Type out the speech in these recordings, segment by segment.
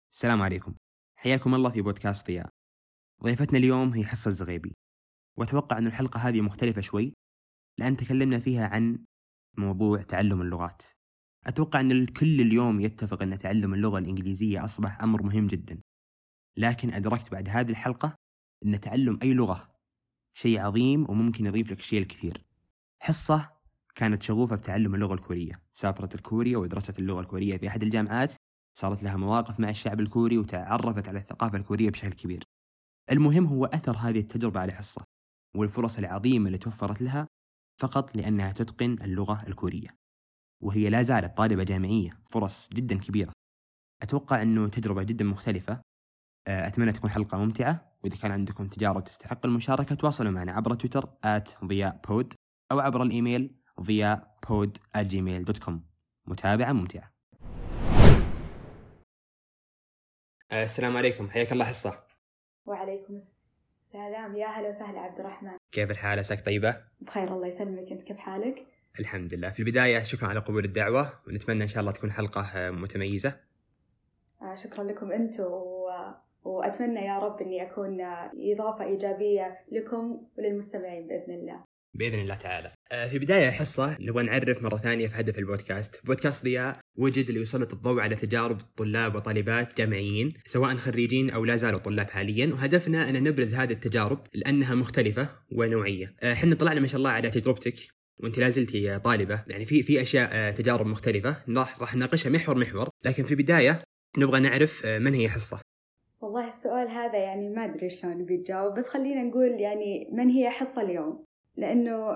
السلام عليكم. حياكم الله في بودكاست ضياء. ضيفتنا اليوم هي حصة الزغيبي، وأتوقع أن الحلقة هذه مختلفة شوي لأن تكلمنا فيها عن موضوع تعلم اللغات. أتوقع أن الكل اليوم يتفق أن تعلم اللغة الإنجليزية أصبح أمر مهم جدا، لكن أدركت بعد هذه الحلقة أن تعلم أي لغة شيء عظيم وممكن يضيف لك الشيء الكثير. حصة كانت شغوفة بتعلم اللغة الكورية، سافرت الكوريا ودرست اللغة الكورية في أحد الجامعات، صارت لها مواقف مع الشعب الكوري وتعرفت على الثقافة الكورية بشكل كبير. المهم هو أثر هذه التجربة على حصة والفرص العظيمة اللي توفرت لها فقط لأنها تتقن اللغة الكورية، وهي لا زالت طالبة جامعية، فرص جدا كبيرة. أتوقع أنه تجربة جدا مختلفة. أتمنى تكون حلقة ممتعة، وإذا كان عندكم تجارب تستحق المشاركة تواصلوا معنا عبر تويتر @ضياء_بود أو عبر الإيميل ضياء_pod@gmail.com. متابعة ممتعة. السلام عليكم، حياك الله حصة. وعليكم السلام، يا هلا وسهلا عبد الرحمن. كيف الحال؟ عساك طيبة؟ بخير الله يسلمك، أنت كيف حالك؟ الحمد لله. في البداية شكرا على قبول الدعوة، ونتمنى إن شاء الله تكون حلقة متميزة. شكرا لكم أنتم وأتمنى يا رب أني أكون إضافة إيجابية لكم وللمستمعين بإذن الله. بإذن الله تعالى. في بداية حصة نبغى نعرف مرة ثانية في هدف البودكاست. بودكاست ضياء وجد ليسلط الضوء على تجارب طلاب وطالبات جامعيين سواء خريجين أو لا زالوا طلاب حاليا، وهدفنا أن نبرز هذه التجارب لأنها مختلفة ونوعية. احنا طلعنا ما شاء الله على تجربتك وانت لازلتي طالبة، يعني في أشياء تجارب مختلفة راح نناقشها محور، لكن في البداية نبغى نعرف من هي حصة. والله السؤال هذا يعني ما أدري شلون بيتجاوب، بس خلينا نقول يعني من هي حصة اليوم، لأنه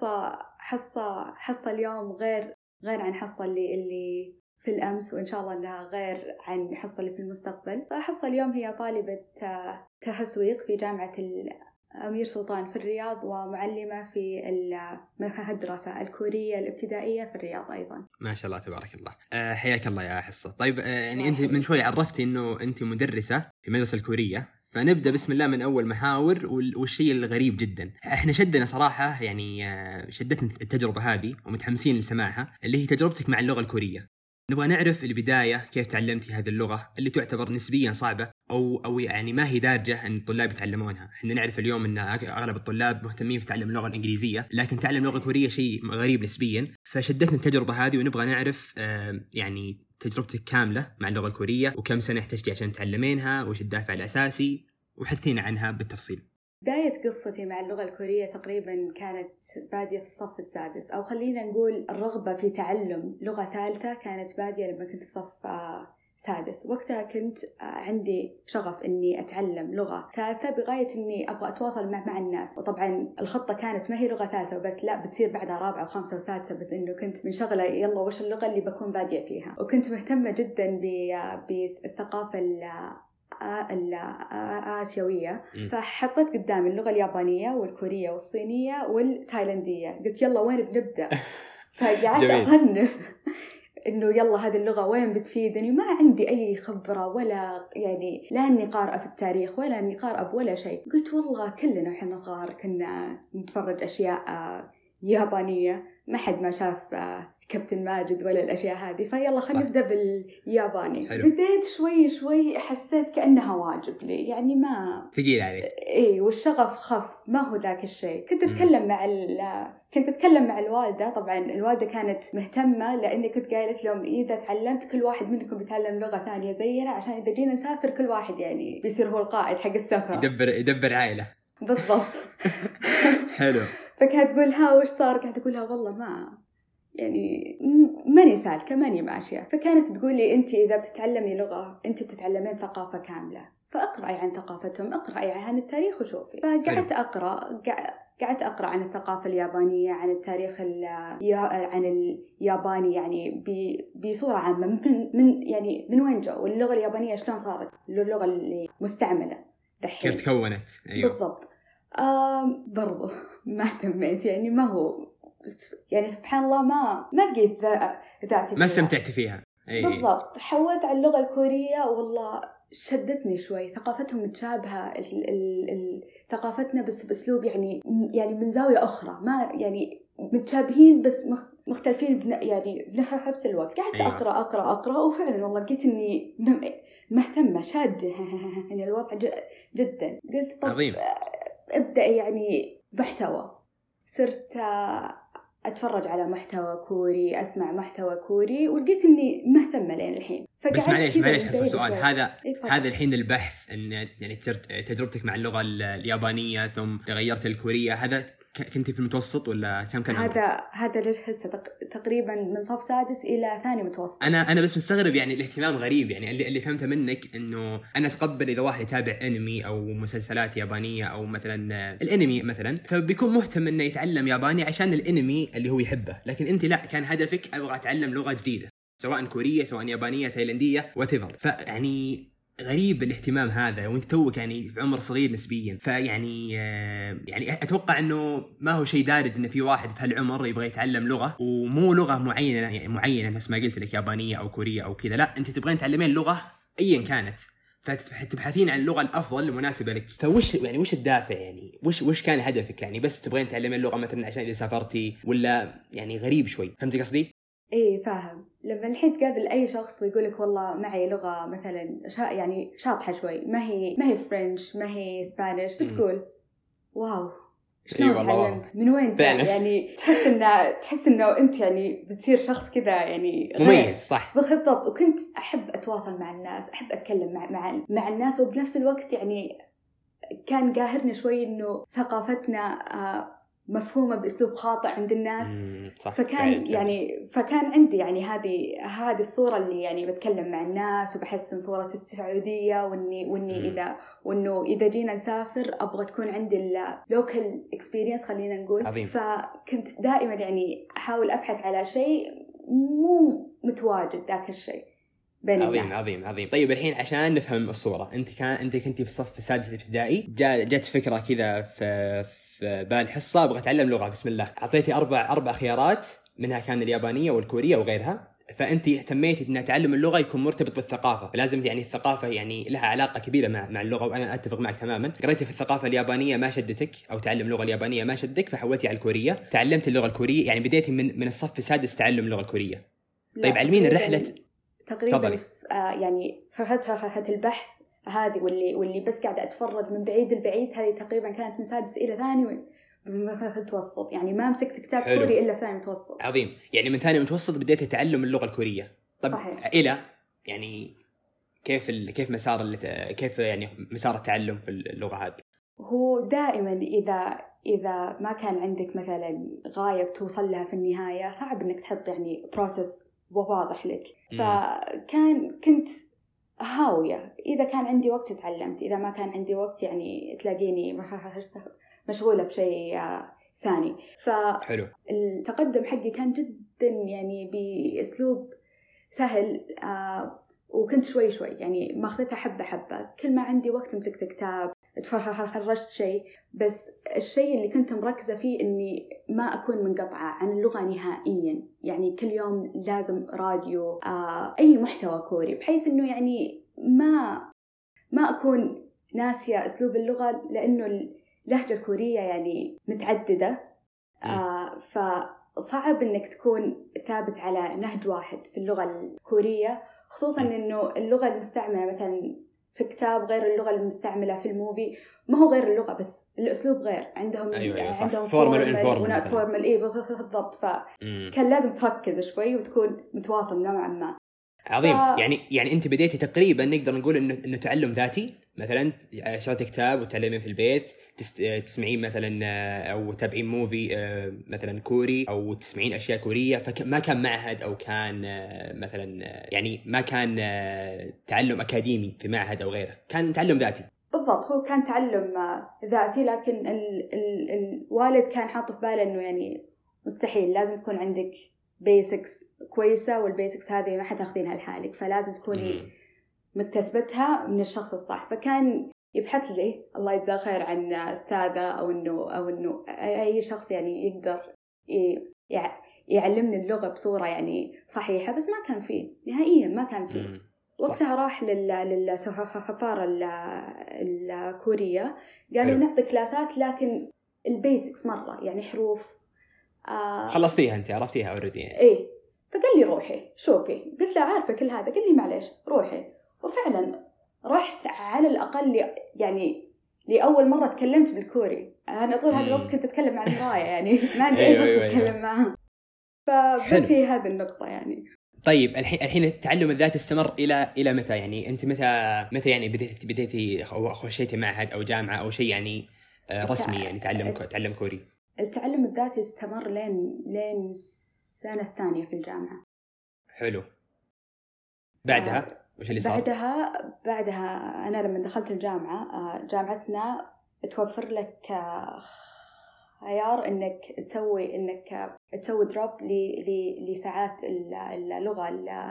حصة اليوم غير عن حصة اللي في الأمس، وإن شاء الله أنها غير عن حصة اللي في المستقبل. فحصة اليوم هي طالبة تسويق في جامعة الأمير سلطان في الرياض، ومعلمة في المدرسة الكورية الابتدائية في الرياض أيضا. ما شاء الله تبارك الله. حياك الله يا حصة. طيب يعني أنت من شوي عرفتي أنه أنت مدرسة في المدرسة الكورية، فنبدأ بسم الله من أول محاور. والشيء الغريب جدا إحنا شدنا صراحة، يعني شدتنا التجربة هذه ومتحمسين لسماعها، اللي هي تجربتك مع اللغة الكورية. نبغى نعرف البداية كيف تعلمتي هذه اللغة اللي تعتبر نسبيا صعبة أو يعني ما هي دارجة أن الطلاب يتعلمونها. إحنا نعرف اليوم أن أغلب الطلاب مهتمين في تعلم اللغة الإنجليزية، لكن تعلم اللغة الكورية شيء غريب نسبيا. فشدتنا التجربة هذه ونبغى نعرف يعني تجربتك كاملة مع اللغة الكورية، وكم سنة احتجتي عشان تعلمينها، وش الدافع الأساسي، وحدثينا عنها بالتفصيل. بداية قصتي مع اللغة الكورية تقريبا كانت بادية في الصف السادس، أو خلينا نقول الرغبة في تعلم لغة ثالثة كانت بادية لما كنت في صف سادس. وقتها كنت عندي شغف إني أتعلم لغة ثالثة بغاية إني أبغى أتواصل مع الناس. وطبعا الخطة كانت ما هي لغة ثالثة وبس، لا بتصير بعدها رابعة وخامسة وسادسة، بس إنه كنت منشغلة يلا وش اللغة اللي بكون بادية فيها. وكنت مهتمة جدا بالثقافة الآسيوية، فحطيت قدامي اللغة اليابانية والكورية والصينية والتايلاندية. قلت يلا وين بنبدأ؟ فقعدت أصنف إنه يلا هذه اللغة وين بتفيدني. ما عندي أي خبرة ولا يعني لا إني قارئة في التاريخ ولا إني قارئة ولا شيء. قلت والله كلنا وحنا صغار كنا نتفرج أشياء يابانية، ما حد ما شاف كابتن ماجد ولا الأشياء هذه، فيلا خلينا نبدأ بالياباني. بديت شوي حسيت كأنها واجب لي، يعني ما ثقيل عليك. إيه، والشغف خف، ما هو ذاك الشيء. كنت أتكلم مع الوالدة. طبعا الوالدة كانت مهتمة، لأني كنت قايلت لهم إذا تعلمت كل واحد منكم بيتعلم لغة ثانية زينا، عشان إذا جينا نسافر كل واحد يعني بيصير هو القائد حق السفر، يدبر عائلة. بالضبط. حلو. فكانت تقولها وش صار؟ قاعدة أقولها والله ما يعني ماني سالكة، ماني ماشية. فكانت تقولي أنت إذا بتتعلمي لغة أنت بتتعلمين ثقافة كاملة، فأقرأي عن ثقافتهم، أقرأي عن التاريخ وشوفي. فقعدت قعدت أقرأ عن الثقافة اليابانية، عن التاريخ عن الياباني، يعني بصورة عامة، من وين جاء، واللغة اليابانية شلون صارت اللغة اللي مستعملة دحين، كيف تكونت. أيوه. بالضبط. برضو ما اهتميت، يعني ما هو يعني سبحان الله ما لقيت ذاتي ما استمتعت فيها. بالضبط. حولت على اللغة الكورية، والله شدتني شوي. ثقافتهم متشابهة ثقافتنا، بس بأسلوب يعني من زاوية أخرى، ما يعني متشابهين بس مختلفين يعني بنفس الوقت. قعدت أيوة. أقرأ وفعلا والله لقيت إني مهتمة شادة يعني الوضع جدا. قلت طب عظيم. ابدأ يعني محتوى. صرت أتفرج على محتوى كوري، أسمع محتوى كوري، ولقيت إني مهتمة لين الحين. بس معليش حصل سؤال، هذا إيه هذا الحين البحث إن يعني تجربتك مع اللغة اليابانية ثم تغيرت الكورية، هذا كنتي في المتوسط ولا كم كان؟ هذا لسه تقريبا من صف سادس إلى ثاني متوسط. أنا بس مستغرب يعني الاهتمام غريب، يعني اللي فهمته منك إنه أنا أتقبل إذا واحد يتابع أنمي أو مسلسلات يابانية أو مثلا الأنمي مثلا، فبيكون مهتم إنه يتعلم ياباني عشان الأنمي اللي هو يحبه، لكن أنت لا، كان هدفك أبغى أتعلم لغة جديدة سواء كورية سواء يابانية تايلندية whatever. فيعني غريب الاهتمام هذا وانت توك يعني في عمر صغير نسبيا. فيعني يعني اتوقع انه ما هو شيء دارج ان في واحد في هالعمر يبغى يتعلم لغه ومو لغه معينه، يعني معينه نفس ما قلت لك يابانيه او كوريه او كذا، لا انت تبغين تعلمين لغه ايا كانت، فتبحثين عن اللغه الافضل المناسبه لك. فوش يعني وش الدافع، يعني وش كان هدفك؟ يعني بس تبغين تعلمين اللغه مثلا عشان اذا سافرتي، ولا يعني غريب شوي؟ فهمتي قصدي؟ إيه فاهم. لما الحين تقابل أي شخص ويقولك والله معي لغة مثلا يعني شاطحة شوي، ما هي فرنش، ما هي سبانيش، بتقول واو شلون تعلمت؟ من وين جاء؟ يعني تحس إنه أنت يعني بتصير شخص كذا يعني مميز. صح بالضبط. وكنت أحب أتواصل مع الناس، أحب أتكلم مع الناس، وبنفس الوقت يعني كان قاهرني شوي إنه ثقافتنا مفهومة بأسلوب خاطئ عند الناس. فكان عندي يعني هذه الصورة اللي يعني بتكلم مع الناس وبحسن صورة السعودية، وإنه إذا جينا نسافر أبغى تكون عندي اللوكال experience خلينا نقول. عظيم. فكنت دائما يعني أحاول أبحث على شيء مو متواجد ذاك الشيء بين الناس. عظيم. طيب الحين عشان نفهم الصورة، أنت كنتي في الصف السادس الابتدائي، جت فكرة كذا في بالحصة أبغى أتعلم لغة، بسم الله أعطيتي أربع خيارات، منها كان اليابانية والكورية وغيرها. فأنت اهتميتي أن تعلم اللغة يكون مرتبط بالثقافة، لازم يعني الثقافة يعني لها علاقة كبيرة مع اللغة، وأنا أتفق معك تماما. قريتي في الثقافة اليابانية ما شدتك، أو تعلم اللغة اليابانية ما شدك، فحولتي على الكورية، تعلمت اللغة الكورية، يعني بديتي من الصف السادس تعلم اللغة الكورية. طيب علمين الرحلة تقريبا يعني في فترة البحث هذه واللي بس قاعدة أتفرج من بعيد البعيد، هذه تقريبا كانت من سادس إلى ثاني متوسط، يعني ما مسكت كتاب كوري إلا ثاني متوسط. عظيم. يعني من ثاني متوسط بديت تعلم اللغة الكورية. طب صحيح. إلى يعني كيف يعني مسار التعلم في اللغة هذه؟ هو دائما إذا ما كان عندك مثلا غاية بتوصل لها في النهاية، صعب إنك تحط يعني بروسس واضح لك. كنت هاوية، إذا كان عندي وقت تعلمت، إذا ما كان عندي وقت يعني تلاقيني مشغولة بشيء ثاني. فالتقدم حقي كان جدا يعني بأسلوب سهل، وكنت شوي يعني ما أخذتها حبة. كل ما عندي وقت مسكت كتاب، تفرجت شيء. بس الشيء اللي كنت مركزة فيه إني ما أكون منقطعة عن اللغة نهائيا، يعني كل يوم لازم راديو، أي محتوى كوري، بحيث إنه يعني ما أكون ناسية أسلوب اللغة، لأنه اللهجة الكورية يعني متعددة. فصعب إنك تكون ثابت على نهج واحد في اللغة الكورية، خصوصا إنه اللغة المستعملة مثلا في كتاب غير اللغة المستعملة في الموفي. ما هو غير اللغة بس الأسلوب غير عندهم. عندهم فورمال إيه بالضبط. فكان لازم تركز شوي وتكون متواصل نوعا ما. عظيم. يعني أنت بديتي تقريبا نقدر نقول إنه تعلم ذاتي، مثلا شريت كتاب وتعلمين في البيت، تسمعين مثلا أو تابعين موفي مثلا كوري، أو تسمعين أشياء كورية. فما كان معهد أو كان مثلا يعني ما كان تعلم أكاديمي في معهد أو غيره، كان تعلم ذاتي. بالضبط، هو كان تعلم ذاتي، لكن الوالد كان حاطه في باله إنه يعني مستحيل، لازم تكون عندك بيسكس كويسة، والبيسكس هذه ما حتاخذينها لحالك، فلازم تكوني مكتسبتها من الشخص الصح. فكان يبحث لي الله يجزاه خير عن أستاذة أو إنه أي شخص يعني يقدر يعلمني اللغة بصورة يعني صحيحة، بس ما كان فيه نهائيا، ما كان فيه. وقتها راح للسفارة الكورية، قالوا نعطي كلاسات، لكن البيسكس مرة يعني حروف خلصتيها أنت، عرفتيها أوريدي يعني. إيه، فقال لي روحي شوفي. قلت له عارفة كل هذا. قال لي معليش روحي. وفعلا رحت على الأقل يعني لأول مرة تكلمت بالكوري. أنا طول هذا الوقت كنت أتكلم عن مرايا يعني ما عندي أي شخص أتكلم معه. فبس هي هذه النقطة يعني. طيب الحين التعلم الذاتي استمر إلى متى يعني؟ أنت متى يعني بديتي أو خشيتي معهد أو جامعة أو شيء يعني رسمي يعني تعلم كوري؟ التعلم الذاتي استمر لين السنة الثانية في الجامعة. حلو. بعدها وش اللي صار؟ بعدها أنا لما دخلت الجامعة، جامعتنا توفر لك خيار إنك تسوي دروب لساعات اللغة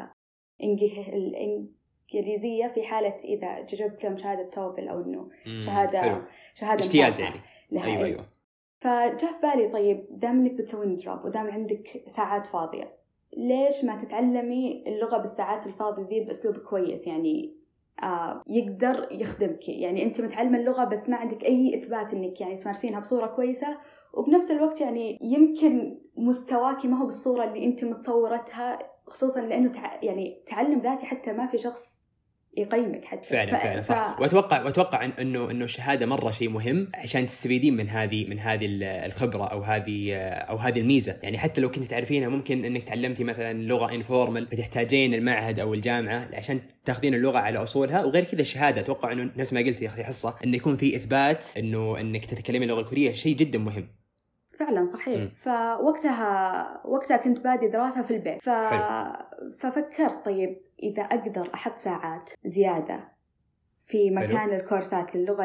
الإنجليزية في حالة إذا جربت لهم شهادة توفل أو إنه شهادة اجتياز يعني. أيوة. فجاء في بالي طيب دام إنك بتسوي دروب ودام عندك ساعات فاضية، ليش ما تتعلمي اللغة بالساعات الفاضية ذي بأسلوب كويس يعني يقدر يخدمك. يعني أنت متعلمة اللغة بس ما عندك أي إثبات إنك يعني تمارسينها بصورة كويسة، وبنفس الوقت يعني يمكن مستواك ما هو بالصورة اللي أنت متصورتها، خصوصا لأنه يعني تعلم ذاتي حتى ما في شخص يقيمك حتى. فعلا صح. واتوقع انه الشهاده مره شيء مهم عشان تستفيدين من هذه الخبره او هذه الميزه. يعني حتى لو كنت تعرفينها ممكن انك تعلمتي مثلا لغه انفورمال فتحتاجين المعهد او الجامعه عشان تاخذين اللغه على اصولها، وغير كذا الشهاده اتوقع انه نفس ما قلتي يا اخي حصه انه يكون في اثبات انك تتكلمي اللغه الكوريه شيء جدا مهم. فعلا صحيح. فوقتها كنت بادي دراسة في البيت. ففكرت طيب إذا أقدر أحط ساعات زيادة في مكان الكورسات للغة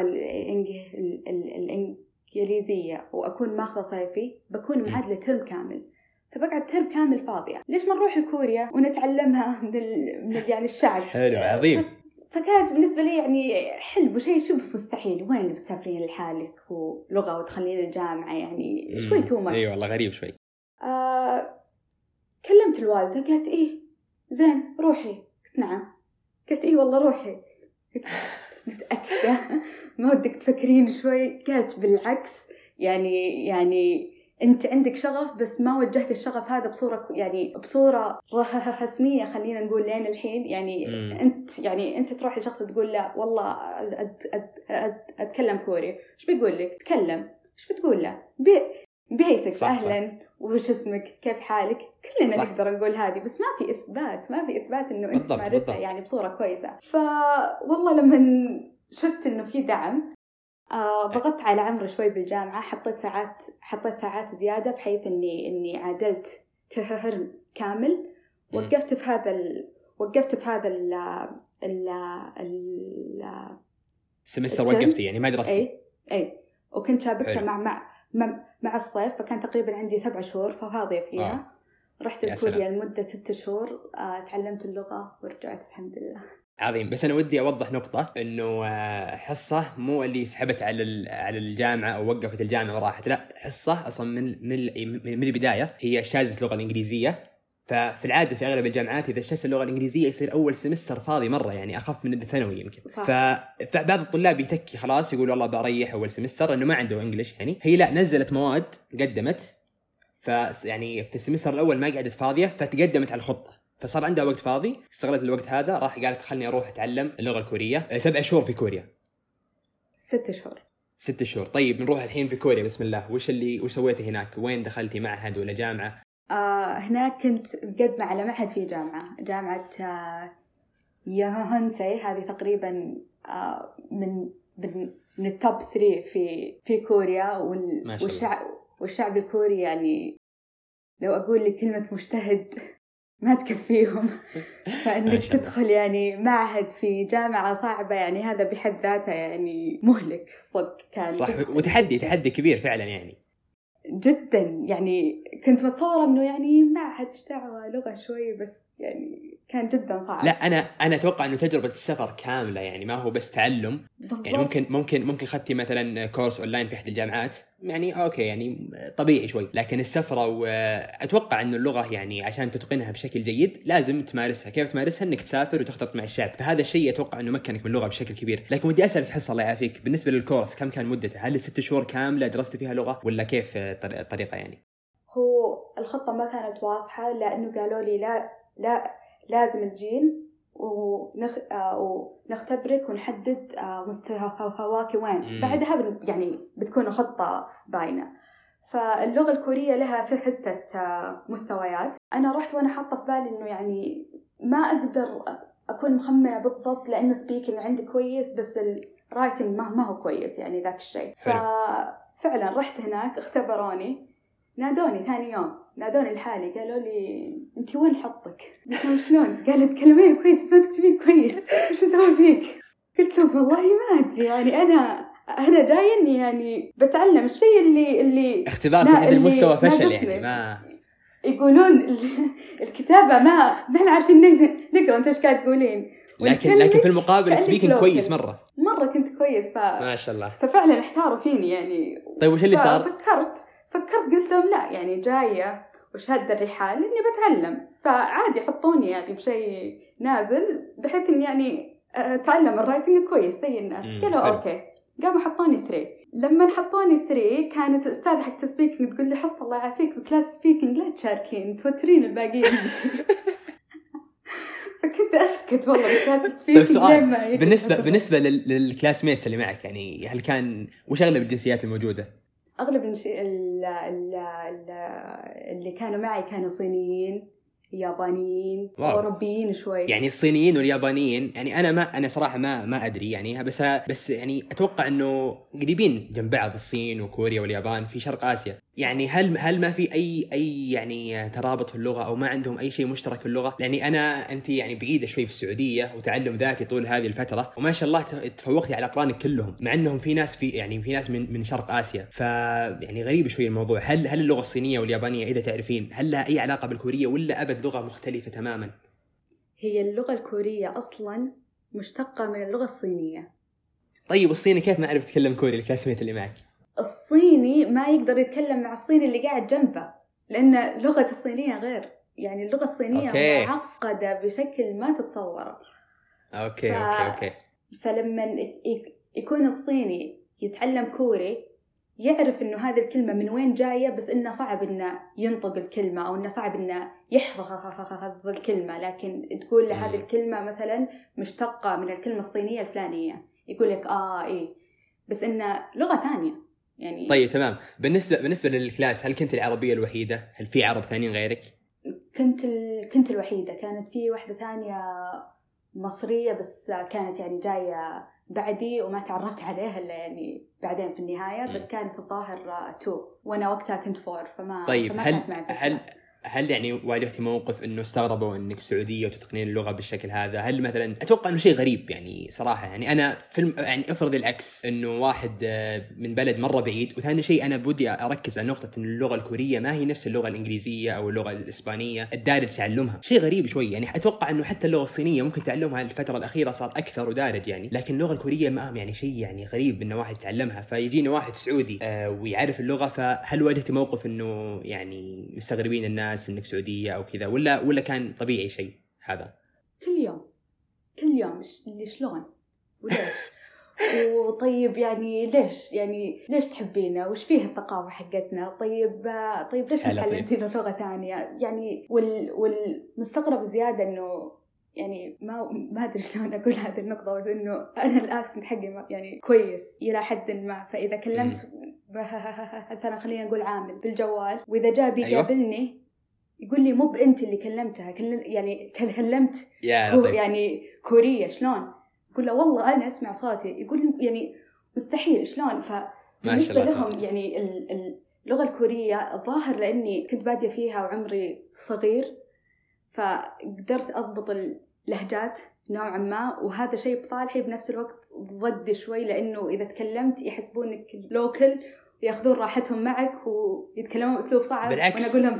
الإنجليزية وأكون ماخذة صيفي، بكون معادلة ترم كامل. فبقعد ترم كامل فاضية. ليش ما نروح لكوريا ونتعلمها من يعني الشعب؟ حلو عظيم. فكانت بالنسبة لي يعني حلم وشيء شبه مستحيل. وين اللي بتسافرين لحالك ولغة وتخلين الجامعة يعني شوي تومك. أيوة والله غريب شوي. كلمت الوالدة قالت إيه زين روحي. قلت نعم. قالت إيه والله روحي. قلت متأكدة ما ودك تفكرين شوي؟ قالت بالعكس يعني أنت عندك شغف بس ما وجهت الشغف هذا بصورة رسمية خلينا نقول لين الحين. يعني أنت تروح لشخص تقول له والله أتكلم كوري، إيش بيقول لك؟ تكلم. إيش بتقول له؟ بيسكس أهلا وش اسمك كيف حالك. كلنا نقدر نقول هذه، بس ما في إثبات إنه أنت تمارسها يعني بصورة كويسة. فوالله لما شفت إنه في دعم ضغطت على عمري شوي بالجامعة. حطيت ساعات زيادة بحيث إني عادلت ترم كامل. وقفت في هذا السمستر وقفتي يعني ما درستي؟ أي وكنت شابكتها مع الصيف، فكان تقريبا عندي 7 شهور ففاضية فيها. رحت لكوريا لمدة 6 شهور، تعلمت اللغة ورجعت الحمد لله. عظيم. بس أنا ودي أوضح نقطة إنه حصة مو اللي سحبت على الجامعة أو وقفت الجامعة وراحت، لا، حصة أصلا من البداية هي اجتازت اللغة الإنجليزية. ففي العادة في أغلب الجامعات إذا اجتزت اللغة الإنجليزية يصير أول سمستر فاضي مرة، يعني أخف من الثانوي يمكن. فبعض الطلاب يتكي خلاص يقول والله بريح أول سمستر إنه ما عنده إنجليش. يعني هي لا، نزلت مواد قدمت، يعني في السمستر الأول ما قعدت فاضية فتقدمت على الخطة، فصار عندها وقت فاضي، استغلت الوقت هذا راح قالت خلني أروح أتعلم اللغة الكورية. 7 شهور في كوريا. 6 شهور. 6 شهور. طيب نروح الحين في كوريا بس الله، وش سويتي هناك؟ وين دخلتي، معهد ولا جامعة؟ هناك كنت مقدمة على معهد في جامعة يوهانسي. هذه تقريبا من التوب 3 في كوريا. والشعب الكوري يعني لو أقول لك كلمة مجتهد ما تكفيهم. فإنك تدخل يعني معهد في جامعة صعبة يعني هذا بحد ذاته يعني مهلك صدق. كان صح، وتحدي كبير فعلا يعني جدا. يعني كنت متصورة إنه يعني معهد دعوة لغة شوي، بس يعني كان جدا صعب. لا أنا أتوقع إنه تجربة السفر كاملة يعني ما هو بس تعلم بالضبط. يعني ممكن خدتي مثلا كورس أونلاين في أحد الجامعات يعني أوكي يعني طبيعي شوي، لكن السفرة وأتوقع إنه اللغة يعني عشان تتقنها بشكل جيد لازم تمارسها. كيف تمارسها؟ إنك تسافر وتختلط مع الشعب، فهذا الشيء أتوقع إنه مكنك من اللغة بشكل كبير. لكن ودي أسأل في حصة الله يعافيك، بالنسبة للكورس كم كان مدته؟ هل 6 شهور كاملة درست فيها لغة ولا كيف الطريقة يعني؟ هو الخطة ما كانت واضحة، لأنه قالوا لي لا لازم تجين ونختبرك ونحدد مستواك وين. بعدها يعني بتكون خطة باينة. فاللغة الكورية لها 6 مستويات. أنا رحت وأنا حاطة في بالي إنه يعني ما أقدر أكون مخمنة بالضبط، لأنه سبيكينج عندي كويس بس الرايتنج ما هو كويس يعني ذاك الشيء. ففعلا رحت هناك اختبروني، نادوني ثاني يوم، نادوني لحالي قالوا لي أنت وين حطك؟ قلت لهم شلون؟ قالوا تكلمين كويس بس ما تكتبين كويس، وش أسوي فيك؟ قلت لهم والله ما أدري، يعني أنا جاي إني يعني بتعلم الشيء اللي اختبار في هذا المستوى فشل يعني ما يقولون الكتابة ما عارفين نقرأ أنت إيش قاعد تقولين. لكن في المقابل سبيكينج كويس مرة كنت كويس ما شاء الله. ففعلا احتاروا فيني يعني. طيب وش اللي صار؟ فكرت قلت لهم لا يعني جاية وشهادة الرحال إني بتعلم، فعادي حطوني يعني بشيء نازل بحيث إني يعني أتعلم الرايتنج كويس زي الناس. قالوا أوكي، قاموا حطوني 3. لما حطوني 3 كانت الأستاذ حق سبيكينج تقول لي حصل الله يعافيك بكلاس سبيكينج لا تشاركين توترين الباقيين. فكنت أسكت والله بكلاس سبيكينج. بالنسبة للكلاس ميتس اللي معك يعني هل كان وش أغلب الجنسيات الموجودة؟ أغلب اللي كانوا معي كانوا صينيين، يابانيين، أوروبيين شوي. يعني الصينيين واليابانيين يعني أنا صراحة ما أدري يعني بس يعني أتوقع إنه قريبين جنب بعض الصين وكوريا واليابان في شرق آسيا. يعني هل ما في أي يعني ترابط في اللغة أو ما عندهم أي شيء مشترك في اللغة؟ لأني أنت يعني بعيدة شوي في السعودية وتعلم ذاتي طول هذه الفترة، وما شاء الله تفوقتي على أقرانك كلهم، مع أنهم في ناس من شرق آسيا. يعني غريب شوي الموضوع. هل اللغة الصينية واليابانية إذا تعرفين هل لها أي علاقة بالكورية ولا أبد لغة مختلفة تماما؟ هي اللغة الكورية أصلا مشتقة من اللغة الصينية. طيب الصيني كيف ما أعرف تكلم كوري الكلاسميت اللي معك؟ الصيني ما يقدر يتكلم مع الصيني اللي قاعد جنبه، لأن لغة الصينية غير، يعني اللغة الصينية معقدة بشكل ما تتصوره. أوكي. فلما يكون الصيني يتعلم كوري يعرف إنه هذه الكلمة من وين جاية، بس إنه صعب إنه ينطق الكلمة أو إنه صعب إنه يحفظ الكلمة. لكن تقول له هذه الكلمة مثلا مشتقة من الكلمة الصينية الفلانية، يقول لك إيه، بس إنه لغة ثانية يعني. طيب تمام. بالنسبة للكلاس هل كنت العربية الوحيدة؟ هل في عرب ثانيين غيرك؟ كنت الوحيدة. كانت في واحدة ثانية مصرية بس كانت يعني جاية بعدي وما تعرفت عليها إلا يعني بعدين في النهاية. بس كانت الظاهر 2 وأنا وقتها كنت 4 فما كانت معي. هل يعني واجهتي موقف إنه استغربوا إنك سعودية وتتقنين اللغة بالشكل هذا؟ هل مثلا أتوقع إنه شيء غريب يعني صراحة. يعني أنا يعني أفرض العكس إنه واحد من بلد مرة بعيد. وثاني شيء أنا بدي أركز على نقطة إن اللغة الكورية ما هي نفس اللغة الإنجليزية أو اللغة الإسبانية الدارج تعلمها. شيء غريب شوي يعني. أتوقع إنه حتى اللغة الصينية ممكن تعلمها الفترة الأخيرة صار أكثر ودارج يعني، لكن اللغة الكورية ما يعني شيء يعني غريب إنه واحد يتعلمها. فيجينا واحد سعودي ويعرف اللغة. فهل واجهتي موقف إنه يعني مستغربين الناس إنك سعودية أو كذا ولا كان طبيعي شيء هذا؟ كل يوم اللي شلون وليش وطيب يعني ليش تحبينا؟ وش فيه الثقافة حقتنا؟ طيب ليش ما تعلمتي له لغة ثانية يعني؟ والمستغرب زيادة إنه يعني ما أدري شلون أقول هذه النقطة، بس إنه أنا الأكسنت حقي يعني كويس إلى حد ما. فإذا كلمت مثلا خلينا نقول عامل بالجوال وإذا جاء بيقابلني يقول لي مو بأنت اللي كلمتها يعني كلمت يعني كورية شلون؟ يقول له والله أنا أسمع صوتي. يقول يعني مستحيل شلون. فبالنسبة لهم يعني اللغة الكورية الظاهر لأني كنت بادية فيها وعمري صغير فقدرت أضبط اللهجات نوعا ما، وهذا شيء بصالحي بنفس الوقت ضد شوي، لأنه إذا تكلمت يحسبونك لوكل ياخذون راحتهم معك ويتكلمون بأسلوب صعب. بالعكس وأنا أقول لهم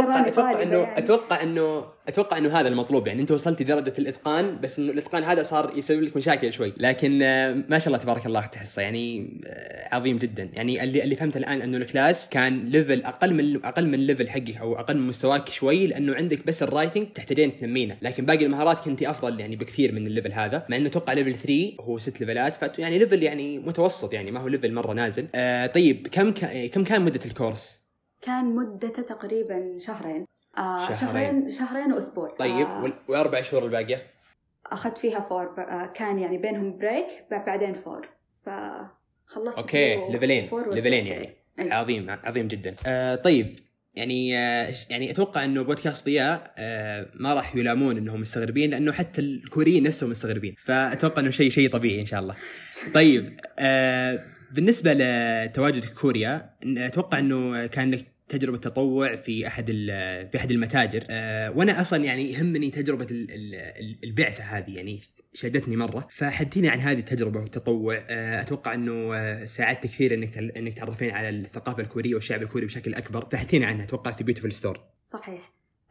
أتوقع إنه هذا المطلوب. يعني أنت وصلتي درجة الإتقان، بس إنه الإتقان هذا صار يسبب لك مشاكل شوي. لكن ما شاء الله تبارك الله تحصى يعني عظيم جدا. يعني اللي فهمت الآن إنه الكلاس كان ليفل أقل من ليفل حقك أو أقل من مستواك شوي، لأنه عندك بس الرايتنج تحتاجين تنمينه، لكن باقي المهارات كنتي أفضل يعني بكثير من الليفل هذا. مع إنه أتوقع ليفل 3 هو 6 ليفلات، يعني ليفل يعني متوسط يعني ما هو ليفل مرة نازل. طيب كم كان مدة الكورس؟ كان مدته تقريبا شهرين. شهرين وأسبوع. طيب و4 شهور الباقية؟ أخذت فيها 4. كان يعني بينهم بريك بعدين 4. فخلصت. أوكي ليفلين يعني. أي. عظيم جدا. طيب يعني أتوقع إنه بودكاست ضياء ما راح يلامون إنهم مستغربين، لأنه حتى الكوريين نفسهم مستغربين، فأتوقع إنه شيء طبيعي إن شاء الله. طيب بالنسبة لتواجدك في كوريا، أتوقع إنه كان لك تجربة تطوع في أحد المتاجر، وأنا أصلا يعني يهمني تجربة البعثة هذه، يعني شدتني مرة، فحدثيني عن هذه التجربة والتطوع. أتوقع أنه ساعدت كثير إنك تعرفين على الثقافة الكورية والشعب الكوري بشكل أكبر، فحدثيني عنها. أتوقع في بيوتيفول ستور. صحيح.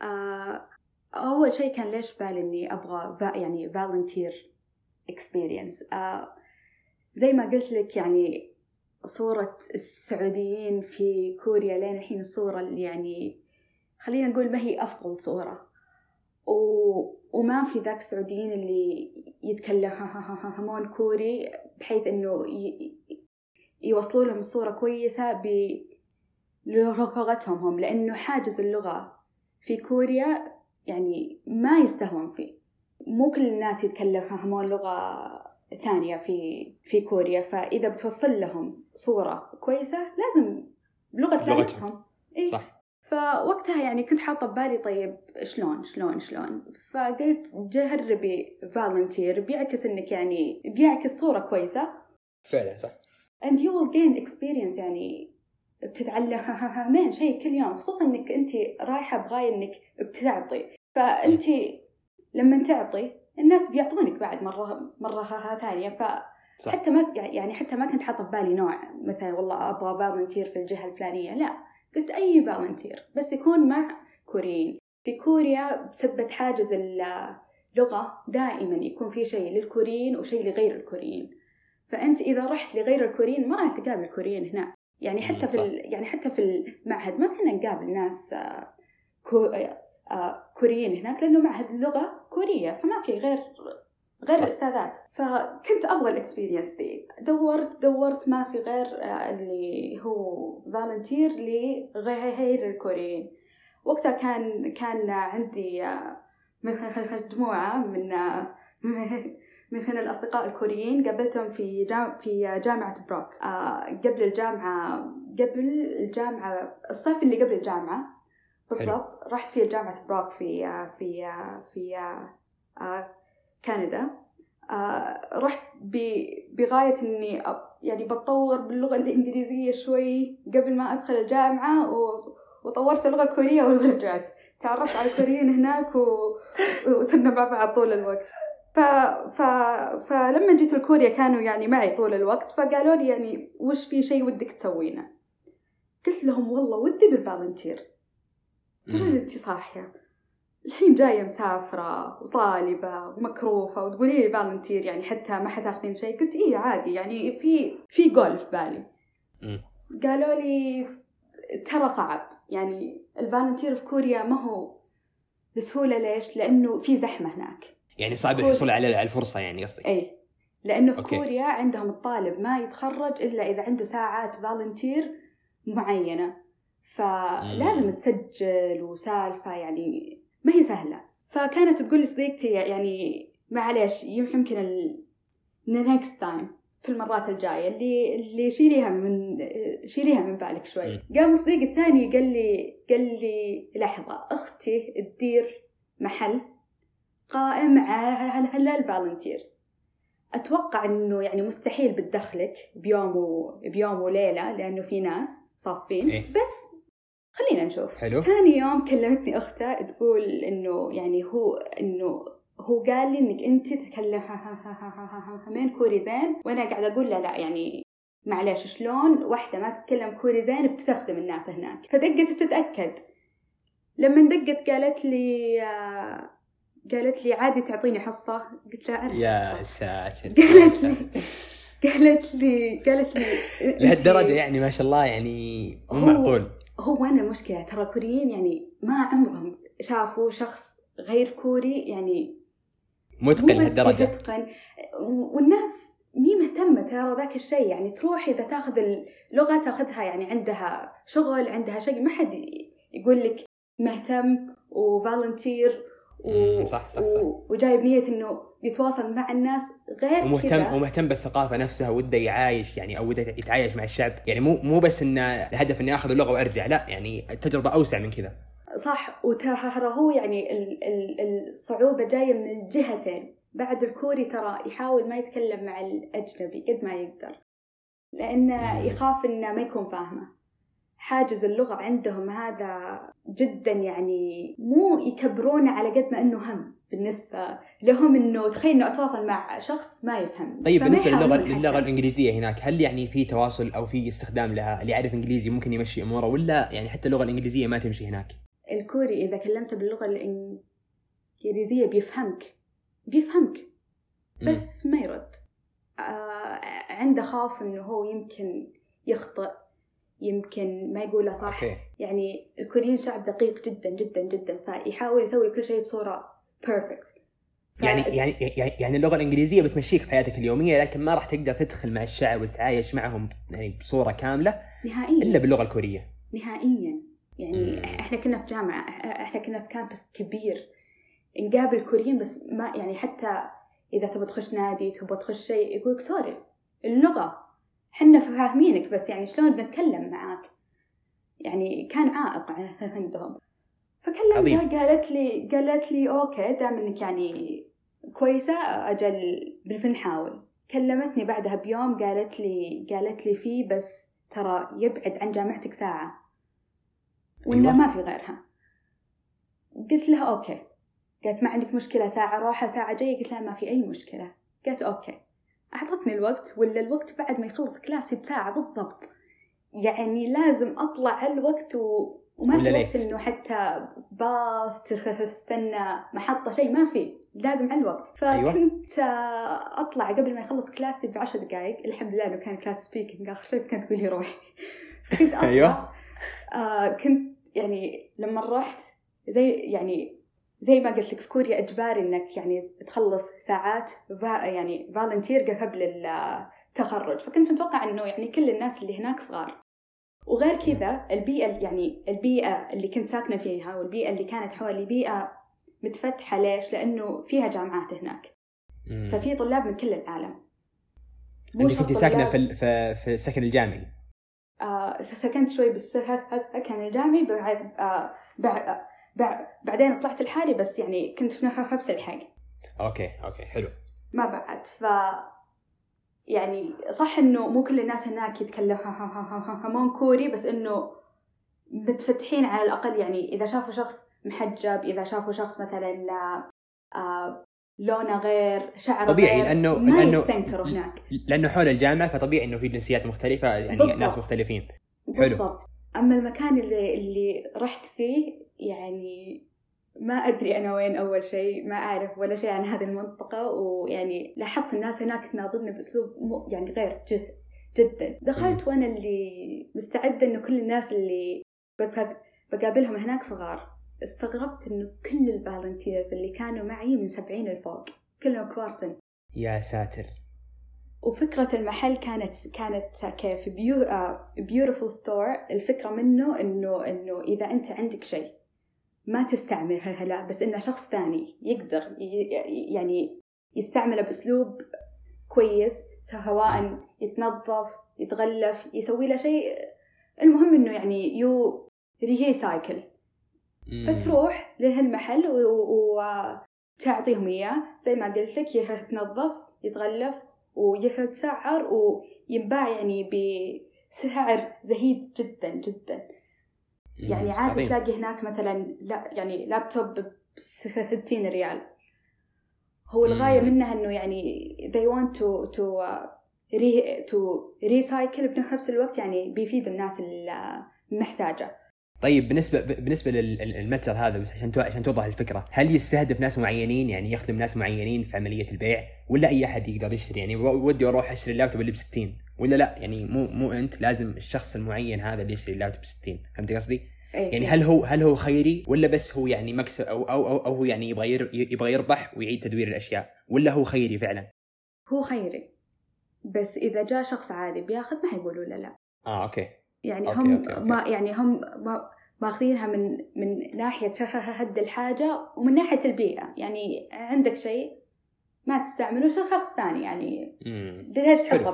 أول شيء كان ليش بالي إني أبغى يعني volunteer experience. زي ما قلت لك، يعني صورة السعوديين في كوريا لين الحين الصورة اللي يعني خلينا نقول ما هي أفضل صورة، وما في ذاك السعوديين اللي يتكلمون كوري بحيث إنه يوصلوا لهم الصورة كويسة بلغتهم هم، لأنه حاجز اللغة في كوريا يعني ما يستهون فيه. مو كل الناس يتكلمون لغة ثانية في كوريا، فإذا بتوصل لهم صورة كويسة لازم بلغة لغتهم. إيه؟ صح. فوقتها يعني كنت حاطة ببالي طيب شلون فقلت جربي volunteer، بيعكس إنك يعني بيعكس صورة كويسة فعلا. صح. and you will gain experience، يعني بتتعلمين شيء كل يوم، خصوصا إنك أنت رايحة بغاية إنك بتعطي، فأنت لما تعطي الناس بيعطونك بعد مرة ثانية. فحتى ما كنت حاطة ببالي نوع مثلا والله أبغى فالنتير في الجهة الفلانية، لا، قلت أي فالنتير بس يكون مع كوريين. في كوريا بسبب حاجز اللغة دائما يكون في شيء للكوريين وشيء لغير الكوريين، فأنت إذا رحت لغير الكوريين ما راح تقابل الكوريين هنا. يعني حتى في المعهد ما كنا نقابل ناس كوريين هناك، لأنه معهد اللغة كورية، فما في غير الأستاذات. فكنت أبغى الإكسبيرينس دي، دورت ما في غير اللي هو فالنتير لغير الكوريين. وقتها كان عندي مجموعة من الأصدقاء الكوريين قابلتهم في جامعة بروك قبل الجامعة الصيف اللي قبل الجامعة بالضبط. رحت في جامعة بروك في كندا. رحت بغاية إني يعني بتطور باللغة الإنجليزية شوي قبل ما أدخل الجامعة، وطورت اللغة الكورية ورجعت تعرفت على الكوريين هناك وصرنا مع بعض طول الوقت. فلما جيت الكوريا كانوا يعني معي طول الوقت، فقالوا لي يعني وش في شيء ودك تسوينه؟ قلت لهم والله ودي بالفالنتير. قالوا لي انتي صاحية الحين جاية مسافرة وطالبة ومكروفة وتقولي لي فالنتير، يعني حتى ما حتاخذين شيء؟ قلت إيه عادي، يعني في جول في بالي. قالوا لي ترى صعب، يعني الفالنتير في كوريا ما هو بسهولة. ليش؟ لأنه في زحمة هناك، يعني صعب الحصول على الفرصة، يعني قصدي. أي، لأنه في كوريا عندهم الطالب ما يتخرج إلا إذا عنده ساعات فالنتير معينة، فلازم تسجل وسالفة، يعني ما هي سهلة. فكانت تقول لي صديقتي يعني معليش يمكن next time في المرات الجاية اللي شيليها من بالك شوي. قام صديق الثاني قال لي لحظة، أختي تدير محل قائم على الفالنتيرز، أتوقع إنه يعني مستحيل بتدخلك بيوم وليلة لأنه في ناس صافين بس خلينا نشوف. حلو. ثاني يوم كلمتني أختها تقول إنه يعني هو قال لي إنك أنت تتكلمين كوري زين، وأنا قاعدة أقول لا يعني معلش شلون واحدة ما تتكلم كوري زين بتستخدم الناس هناك. فدقت بتتأكد، لما دقت قالت لي عادي تعطيني حصة. قلت لها يا ساتر. قالت لي لهالدرجة يعني ما شاء الله، يعني مو معقول. هو أنا المشكلة ترى الكوريين يعني ما عمرهم شافوا شخص غير كوري يعني متقن لهالدرجة. متقن، والناس مي مهتمة ترى ذاك الشيء. يعني تروح إذا تاخذ اللغة تاخذها يعني عندها شغل عندها شيء، ما حد يقول لك مهتم وفالنتير صح. وجايب نية إنه يتواصل مع الناس غير كذا، ومهتم بالثقافة نفسها، وده يعايش يعني أو وده يتعايش مع الشعب. يعني مو بس إن الهدف إني أخذ اللغة وأرجع، لا يعني التجربة أوسع من كذا. صح. وترى هو يعني الصعوبة جاية من الجهتين. بعد الكوري ترى يحاول ما يتكلم مع الأجنبي قد ما يقدر، لأنه يخاف إنه ما يكون فاهمه. حاجز اللغة عندهم هذا جدا، يعني مو يكبرونه على قد ما إنه هم بالنسبة لهم، إنه تخيل إنه أتواصل مع شخص ما يفهم. طيب بالنسبة للغة الإنجليزية هناك، هل يعني في تواصل أو في استخدام لها؟ اللي يعرف إنجليزي ممكن يمشي أموره، ولا يعني حتى اللغة الإنجليزية ما تمشي هناك؟ الكوري إذا كلمت باللغة الإنجليزية بيفهمك بس ما يرد. عنده خاف إنه هو يمكن يخطئ، يمكن ما يقوله صح. يعني الكوريين شعب دقيق جدا جدا جدا، فيحاول يسوي كل شيء بصورة بيرفكت. يعني اللغة الإنجليزية بتمشيك في حياتك اليومية، لكن ما راح تقدر تدخل مع الشعب وتتعايش معهم يعني بصورة كاملة نهائيا إلا باللغة الكورية نهائيا. يعني إحنا كنا في جامعة، إحنا كنا في كامبس كبير نقابل كوريين، بس ما يعني حتى إذا تبغى تخش نادي تبغى تخش شيء يقولك سوري اللغة حنا فاهمينك، بس يعني شلون بنتكلم معاك. يعني كان عائق عندهم. فكلمتها قالت لي أوكي دام إنك يعني كويسة أجل بنحاول. كلمتني بعدها بيوم قالت لي فيه بس ترى يبعد عن جامعتك ساعة وإنه ما في غيرها. قلت لها أوكي. قالت ما عندك مشكلة ساعة روحة ساعة جاية؟ قلت لها ما في أي مشكلة. قالت أوكي. أعطتني الوقت، ولا الوقت بعد ما يخلص كلاسي بساعة بالضبط. يعني لازم أطلع على الوقت وما في وقت إنه حتى باص تستنى محطة شيء، ما في، لازم على الوقت. فكنت أطلع قبل ما يخلص كلاسي ب10 دقائق. الحمد لله إنه كان كلاس سبيكينج آخر شيء، كانت تقولي روحي. فكنت أطلع. كنت يعني لما رحت زي ما قلت لك في كوريا إجباري إنك يعني تخلص ساعات يعني فالنتير قبل التخرج. فكنت متوقع إنه يعني كل الناس اللي هناك صغار. وغير كذا البيئة اللي كنت ساكنة فيها والبيئة اللي كانت حولي بيئة متفتحة. ليش؟ لأنه فيها جامعات هناك، ففي طلاب من كل العالم. أنت كنت ساكنة في السكن الجامعي؟ سكنت شوي بالسكن الجامعي، بعدين طلعت لحالي، بس يعني كنت في نفس الحي. أوكي حلو. ما بعد يعني صح إنه مو كل الناس هناك يتكلمون كوري، بس إنه متفتحين على الأقل. يعني إذا شافوا شخص محجب، إذا شافوا شخص مثلا لونه غير، شعره طبيعي، غير، لأنه ما يستنكروا هناك، لأنه حول الجامعة، فطبيعي إنه في جنسيات مختلفة، يعني بالضبط. ناس مختلفين. حلو. أما المكان اللي رحت فيه يعني ما أدري أنا وين. أول شيء ما أعرف ولا شيء عن هذه المنطقة، ويعني لاحظت الناس هناك تناظرني بأسلوب يعني غير جدا. دخلت وأنا اللي مستعدة إنه كل الناس اللي بقابلهم هناك صغار. استغربت إنه كل الفالنتيرز اللي كانوا معي من 70 لفوق، كلهم كبار سن. يا ساتر. وفكرة المحل كانت كيف beautiful store. الفكرة منه إنه إذا أنت عندك شيء ما تستعمله لا، بس إنه شخص ثاني يقدر يعني يستعمله بأسلوب كويس، سواء يتنظف، يتغلف، يسوي له شيء. المهم إنه يعني ريسايكل. فتروح لهالمحل وتعطيهم إياه زي ما قلت لك، يتنظف، يتغلف، ويتسعر وينباع يعني بسعر زهيد جدا جدا. يعني عادي تلاقي هناك مثلا يعني لابتوب ب60 ريال. هو الغاية منها إنه يعني they want to recycle بنفس الوقت، يعني بيفيد الناس المحتاجة. طيب بالنسبة للمتجر هذا، بس عشان توضح الفكرة، هل يستهدف ناس معينين، يعني يخدم ناس معينين في عملية البيع، ولا أي أحد يقدر يشتري؟ يعني ودي أروح أشتري اللابتوب اللي ب60، ولا لا يعني مو أنت لازم الشخص المعين هذا اللي يشتري اللابتوب ب60؟ فهمت قصدي؟ يعني هل هو خيري، ولا بس هو يعني مكسب أو هو يعني يبغى يربح ويعيد تدوير الأشياء، ولا هو خيري فعلا؟ هو خيري. بس إذا جاء شخص عادي بياخذ ما حيقولوا لا. أوكي. يعني أوكي. هم أوكي. ما يعني هم ما ماخذينها من ناحية هد الحاجة ومن ناحية البيئة. يعني عندك شيء ما تستعمله شخص ثاني يعني ليش تحطه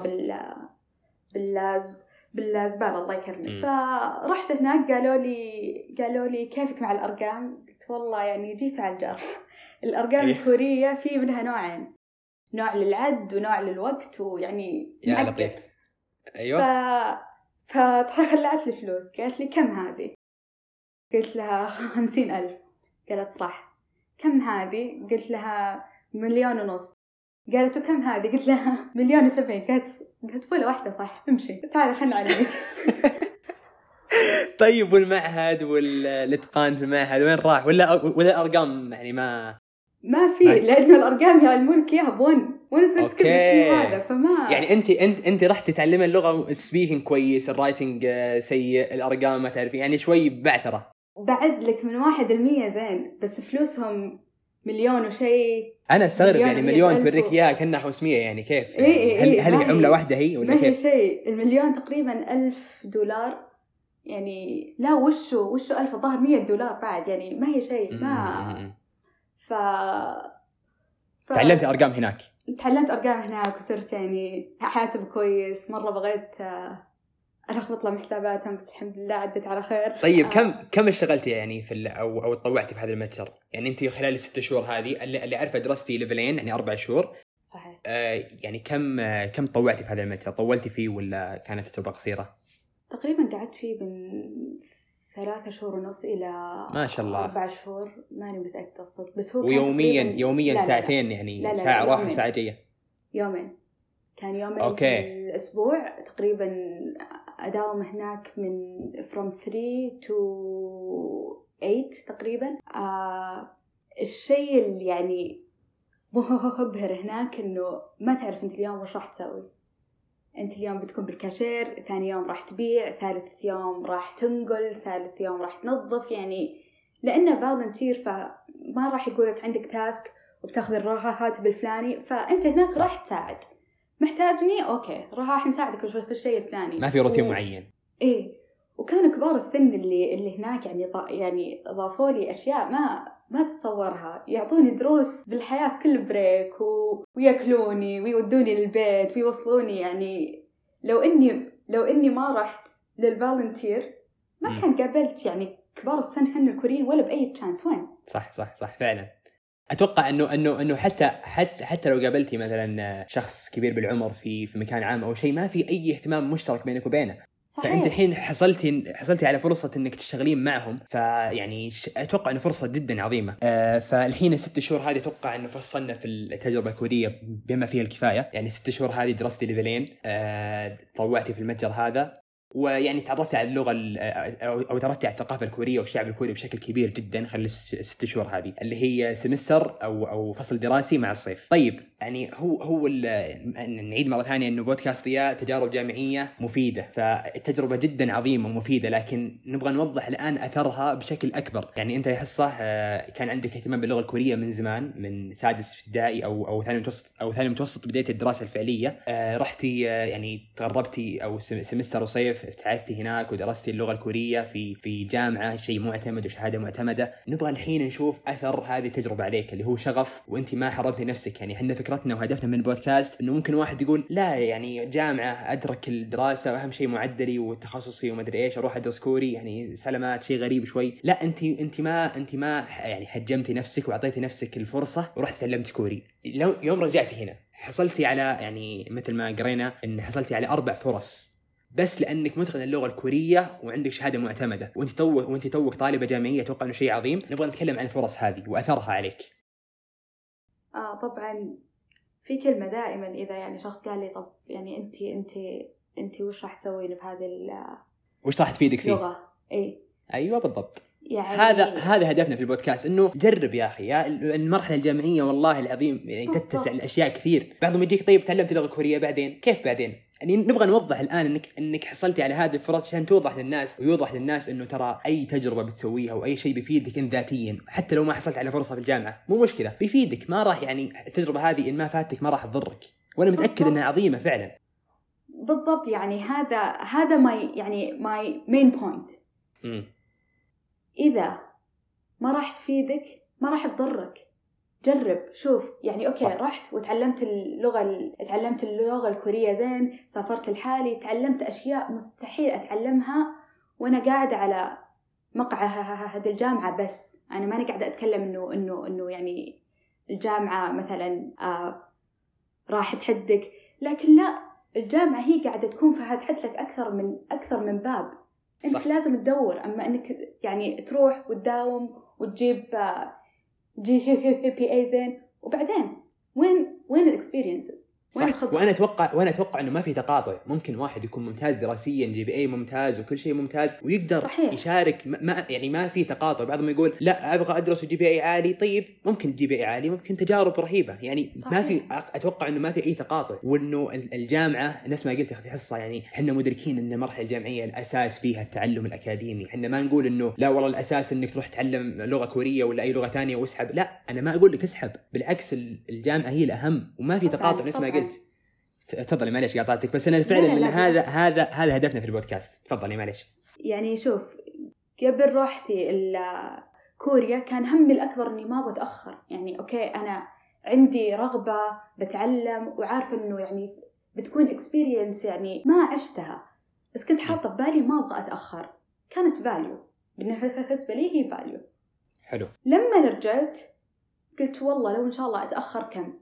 بالزبالة الله يكرمك. فرحت هناك قالوا لي كيفك مع الأرقام؟ قلت والله يعني جيت على الجرح. الأرقام الكورية في منها نوعين، نوع للعد ونوع للوقت، ويعني يا لطيف. أيوة. فطلعت لي فلوس، قالت لي كم هذه؟ قلت لها 50,000. قالت صح. كم هذه؟ قلت لها 1.5 مليون. قالت وكم هذه؟ قلت لها 1,70,000. قالت فولة واحدة صح، امشي تعالي خلنا عليك. طيب والمعهد والاتقان في المعهد وين راح؟ ولا الأرقام يعني ما في لأنه الأرقام يعلمونك إياها وأنا سويت كل هذا. فما يعني أنت رحت تتعلم اللغة، السبيكينج كويس، الرايتنج سيء، الأرقام ما تعرفي، يعني شوي بعثرة. بعد لك من 1% زين، بس فلوسهم 1,000,000 وشيء. أنا استغرب يعني 1,000,000 توريك إياها كأنها 500 يعني كيف؟ هل هي عملة واحدة هي ولا كيف؟ ما هي شيء. 1,000,000 تقريبا $1,000 يعني. لا وشو $1,000 الظاهر $100 بعد يعني ما هي شيء. ما تعلمت أرقام هناك. تعلمت أرقام هناك وصرت يعني حاسب كويس. مرة بغيت ألخبط لهم حساباتهم بس الحمد لله عدت على خير. طيب كم اشتغلتي يعني في أو تطوعتي في هذا المتجر؟ يعني أنت خلال 6 شهور هذه اللي عارفة دراستي ليفلين يعني 4 شهور. صحيح. يعني كم طوعتي في هذا المتجر؟ طولتي فيه ولا كانت تجربة قصيرة؟ تقريبا قعدت فيه من 3.5 شهور إلى ما شاء الله 4 شهور، ماني متأكدة الصدق. بس هو يوميا لا ساعتين لا. يعني لا ساعة راحة وساعة جاية. يومين. كان يومين أوكي. في الأسبوع تقريبا. أداوم هناك من from 3 to 8 تقريبا. الشيء اللي يعني مبهر هناك إنه ما تعرف أنت اليوم وش راح تسوي. أنت اليوم بتكون بالكاشير، ثاني يوم راح تبيع، ثالث يوم راح تنقل، ثالث يوم راح تنظف. يعني لأنه فالنتير فما راح يقولك عندك تاسك وبتاخذ الراتب الفلاني. فأنت هناك راح تساعد، محتاجني أوكي راح نساعدك في الشيء الفلاني، ما في روتين معين. إيه. وكانوا كبار السن اللي هناك يعني ضافوا لي أشياء ما تتصورها. يعطوني دروس بالحياة في كل بريك ويأكلوني ويودوني للبيت ويوصلوني. يعني لو إني ما رحت للفالنتير ما كان قابلت يعني كبار السن هن الكوريين ولا بأي تشانس. وين؟ صح فعلا. اتوقع انه حتى لو قابلتي مثلا شخص كبير بالعمر في مكان عام او شيء، ما في اي اهتمام مشترك بينك وبينه. صحيح. فانت الحين حصلتي على فرصه انك تشتغلين معهم، فيعني اتوقع انه فرصه جدا عظيمه. فالحين 6 شهور هذه اتوقع انه فصلنا في التجربه الكوريه بما فيها الكفايه. يعني 6 شهور هذه درستي ليفلين، طوعتي في المتجر هذا، ويعني تعرفت على اللغة أو تعرفت على الثقافة الكورية والشعب الكوري بشكل كبير جدا خلال 6 شهور هذه اللي هي سمستر أو فصل دراسي مع الصيف. طيب يعني هو نعيد مرة ثانية إنه بودكاست ضياء تجارب جامعية مفيدة، فالتجربة جدا عظيمة ومفيدة، لكن نبغى نوضح الآن أثرها بشكل أكبر. يعني أنت يا حصة كان عندك اهتمام باللغة الكورية من زمان، من 6 ابتدائي أو ثاني متوسط بداية الدراسة الفعلية. رحتي يعني تغربتي أو سمستر وصيف تعبتي هناك ودرستي اللغة الكورية في جامعة، شيء معتمد وشهادة معتمدة. نبغى الحين نشوف أثر هذه التجربة عليك اللي هو شغف وأنت ما حرمتي نفسك. يعني احنا فكرتنا وهدفنا من البودكاست إنه ممكن واحد يقول لا يعني جامعة أدرك الدراسة وأهم شيء معدلي وتخصصي وما أدري إيش أروح أدرس كوري، يعني سلامات شيء غريب شوي. لا أنت ما يعني حجمتي نفسك وأعطيتي نفسك الفرصة ورحت تعلمت كوري. يوم رجعتي هنا حصلتي على يعني مثل ما قرينا إن حصلتي على 4 فرص بس لأنك متقن اللغة الكورية وعندك شهادة معتمدة، وأنت توك طالبة جامعية. أتوقع إنه شيء عظيم. نبغى نتكلم عن الفرص هذه وأثرها عليك. طبعا في كلمة دائما إذا يعني شخص قال لي طب يعني أنت وش راح تسوين بهذه وش راح تفيدك فيه اللغة؟ أيوة بالضبط. يعني هذا هدفنا في البودكاست، انه جرب يا اخي يا المرحله الجامعيه والله العظيم يعني تتسع الاشياء كثير. بعضهم يجيك طيب تعلمت لغه كوريه بعدين كيف بعدين؟ يعني نبغى نوضح الان انك حصلتي على هذه الفرص عشان توضح للناس ويوضح للناس انه ترى اي تجربه بتسويها واي شيء بيفيدك انت ذاتيا، حتى لو ما حصلت على فرصه في الجامعه مو مشكله بيفيدك. ما راح يعني التجربه هذه ان ما فاتك ما راح تضرك، وانا متاكد انها عظيمه فعلا. بالضبط، يعني هذا my main point. إذا ما راح تفيدك ما راح تضرك. جرب، شوف يعني أوكي صح. رحت وتعلمت اللغة الكورية زين، سافرت لحالي، تعلمت أشياء مستحيل أتعلمها وأنا قاعدة على مقعد الجامعة. بس أنا ماني قاعدة أتكلم إنه يعني الجامعة مثلا راح تحدك، لكن لا، الجامعة هي قاعدة تكون فتحت لك أكثر من باب. أنت صح. لازم تدور، أما أنك يعني تروح وتداوم وتجيب GPA زين، وبعدين وين الإكسبيرينسز؟ صح. وانا اتوقع انه ما في تقاطع. ممكن واحد يكون ممتاز دراسيا، GPA ممتاز وكل شيء ممتاز، ويقدر صحيح. يشارك. ما في تقاطع. بعضهم يقول لا ابغى ادرس GPA عالي، طيب ممكن GPA عالي، ممكن تجارب رهيبه، يعني صحيح. ما في، اتوقع انه ما في اي تقاطع. وانه الجامعه نفس ما قلت في حصه، يعني احنا مدركين ان المرحله الجامعيه الاساس فيها التعلم الاكاديمي. احنا ما نقول انه لا والله الاساس انك تروح تتعلم لغه كوريه ولا اي لغه ثانيه واسحب. لا، انا ما اقول لك اسحب، بالعكس الجامعه هي الاهم، وما في تقاطع نفس ما قلت. تفضلي معليش قاطعتك، بس انا فعلا من هذا هدفنا في البودكاست. تفضلي معليش. يعني شوف، قبل روحتي كوريا كان همي الأكبر إني ما بتأخر. يعني أوكي أنا عندي رغبة بتعلم وعارفة إنه يعني بتكون experience يعني ما عشتها، بس كنت حاطة ببالي ما أبغى أتأخر. كانت value بالنسبة لي، هي value. حلو. لما رجعت قلت والله لو إن شاء الله أتأخر كم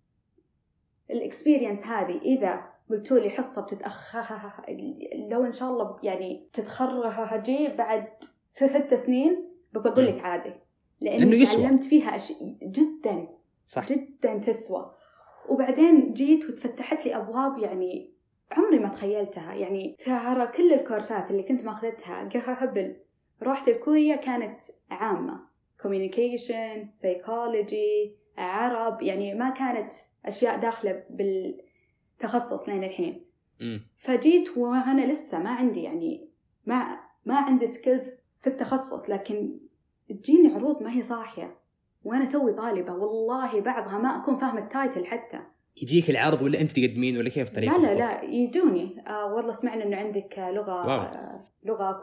الإكسبيرينس هذه. إذا قلتوا لي حصة بتتأخر، لو إن شاء الله يعني تتخرجي بعد 6 سنين، بقول لك عادي، لأني تعلمت فيها جدا صح. جدا تسوى. وبعدين جيت وتفتحت لي أبواب يعني عمري ما تخيلتها. يعني ترى كل الكورسات اللي كنت ماخذتها قبل روحت الكوريا كانت عامة، communication، psychology، عرب، يعني ما كانت أشياء داخلة بالتخصص لين الحين. فجيت وأنا لسه ما عندي يعني ما عندي سكيلز في التخصص، لكن تجيني عروض ما هي صاحية وأنا توي طالبة، والله بعضها ما أكون فاهمة التايتل حتى. يجيك العرض ولا أنت تقدمين ولا كيف طريقة؟ لا يجوني والله سمعنا إنه عندك لغة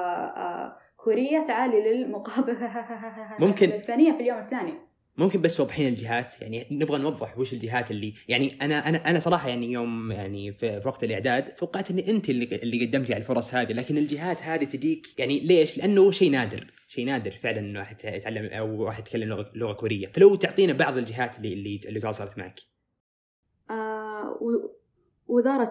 كورية، تعالي للمقابلة ممكن الفلانية في اليوم الفلاني. ممكن بس توضحين الجهات، يعني نبغى نوضح وش الجهات اللي يعني أنا صراحة يعني يوم يعني في وقت الإعداد توقعت إن أنت اللي قدمتي على الفرص هذه، لكن الجهات هذه تجيك يعني ليش؟ لأنه شيء نادر فعلا إنه واحد يتعلم أو واحد يتكلم لغة كورية. فلو تعطينا بعض الجهات اللي تواصلت معك. وزارة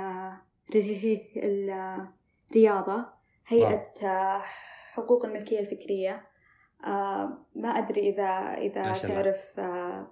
الرياضة، هيئة حقوق الملكية الفكرية، ما أدري إذا تعرف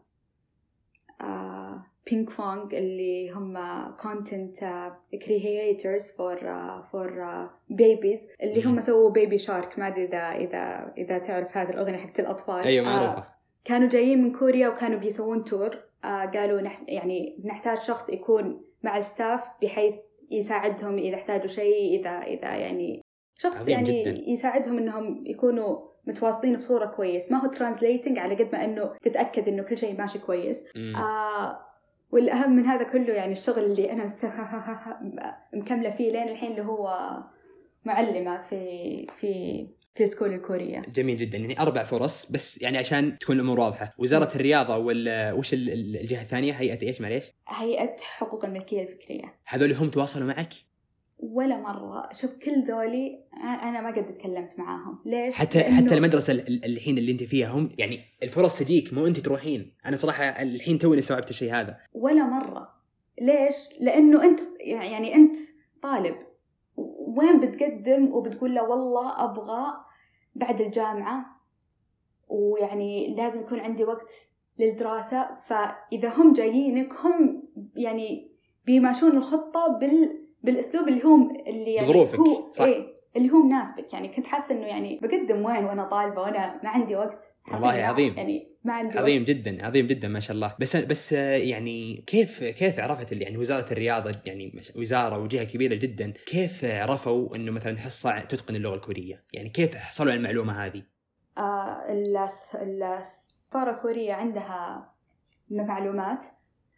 بينك فونج اللي هم content creators for babies، اللي هم سووا بيبي شارك. ما أدري إذا تعرف هذه الأغنية حقت الأطفال. أيوة معروفة. كانوا جايين من كوريا وكانوا بيسوون تور. قالوا يعني نحتاج شخص يكون مع الستاف بحيث يساعدهم إذا احتاجوا شيء، إذا يعني شخص يعني جداً. يساعدهم إنهم يكونوا متواصلين بصورة كويس، ما هو ترانسليتنج على قد ما إنه تتأكد إنه كل شيء ماشي كويس. والأهم من هذا كله يعني الشغل اللي أنا مكملة فيه لين الحين، اللي هو معلمة في سكول الكورية. جميل جدا. يعني 4 فرص بس، يعني عشان تكون الأمور واضحة. وزارة الرياضة وش الجهة الثانية؟ هيئة إيش معليش؟ هيئة حقوق الملكية الفكرية. هذول هم تواصلوا معك؟ ولا مرة. شوف كل ذولي أنا ما قد تكلمت معاهم. ليش؟ حتى المدرسة الحين اللي أنت فيها هم يعني الفرص تجيك مو أنت تروحين. أنا صراحة الحين توني استوعبت الشيء هذا. ولا مرة. ليش؟ لأنه أنت يعني أنت طالب، وين بتقدم وبتقول له والله أبغى بعد الجامعة، ويعني لازم يكون عندي وقت للدراسة. فإذا هم جايينك هم يعني بيماشون الخطة بالأسلوب اللي يعني بظروفك، هو صح. اللي هو مناسبك. يعني كنت حاسة إنه يعني بقدم وين وأنا طالبة وأنا ما عندي وقت. والله عظيم. يعني ما عندي عظيم وقت. عظيم جدا ما شاء الله. بس يعني كيف عرفت اللي يعني وزارة الرياضة يعني وزارة وجهة كبيرة جدا، كيف عرفوا إنه مثلا حصة تتقن اللغة الكورية؟ يعني كيف حصلوا على المعلومة هذه؟ السفارة الكورية عندها معلومات.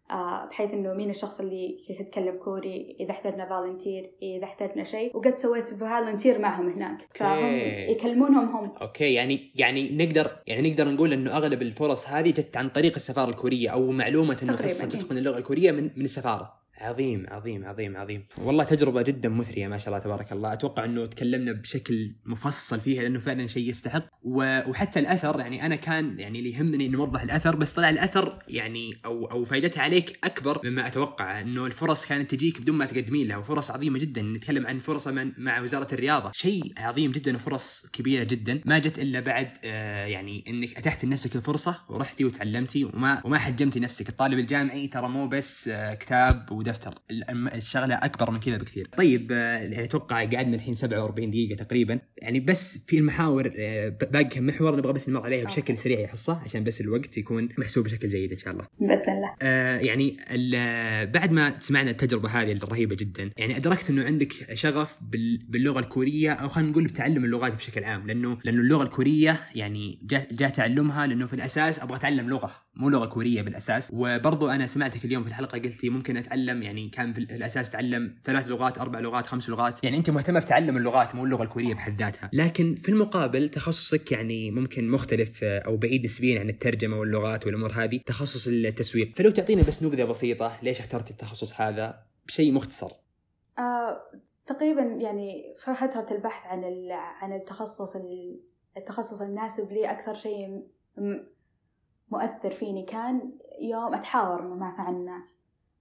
بحيث إنه مين الشخص اللي يتكلم كوري، إذا احتاجنا فالنتير، إذا احتاجنا شيء، وقد سويت فالنتير معهم هناك. فهم يكلمونهم هم. أوكي، يعني نقدر نقول إنه أغلب الفرص هذه جت عن طريق السفارة الكورية، أو معلومة إنه خصص تتقن اللغة الكورية من السفارة. عظيم عظيم عظيم عظيم، والله تجربة جدا مثرية ما شاء الله تبارك الله. أتوقع أنه تكلمنا بشكل مفصل فيها لأنه فعلا شيء يستحق. وحتى الأثر، يعني أنا كان يعني اللي يهمني أن نوضح الأثر، بس طلع الأثر يعني أو فائدتها عليك أكبر مما أتوقع. أنه الفرص كانت تجيك بدون ما تقدمين لها، وفرص عظيمة جدا. نتكلم عن فرص مع وزارة الرياضة، شيء عظيم جدا وفرص كبيرة جدا ما جت إلا بعد يعني أنك أتحت لنفسك الفرصة ورحتي وتعلمتي وما حجمتي نفسك. الطالب الجامعي ترى مو بس كتاب ودفتر، الشغلة أكبر من كذا بكثير. طيب يعني أتوقع قعدنا الحين 47 دقيقة تقريبا، يعني بس في المحاور باقي كم محور نبغى بس نمر عليها بشكل سريع يا حصة، عشان بس الوقت يكون محسوب بشكل جيد إن شاء الله بإذن الله. يعني بعد ما سمعنا التجربة هذه الرهيبة جدا، يعني أدركت إنه عندك شغف باللغة الكورية، أو خلينا نقول بتعلم اللغات بشكل عام، لأنه اللغة الكورية يعني جاء تعلمها لأنه في الأساس أبغى أتعلم لغة، مو لغة كورية بالأساس. وبرضو أنا سمعتك اليوم في الحلقة قلتي ممكن أتعلم، يعني كان في الأساس تعلم 3 لغات 4 لغات 5 لغات، يعني أنت مهتمة في تعلم اللغات مو اللغة الكورية بحد ذاتها. لكن في المقابل تخصصك يعني ممكن مختلف أو بعيد نسبيا عن الترجمة واللغات والأمور هذه، تخصص التسويق. فلو تعطينا بس نبذة بسيطة ليش اخترت التخصص هذا بشيء مختصر. تقريبا يعني في فترة البحث عن التخصص المناسب لي، أكثر شيء مؤثر فيني كان يوم أتحاور مع الناس.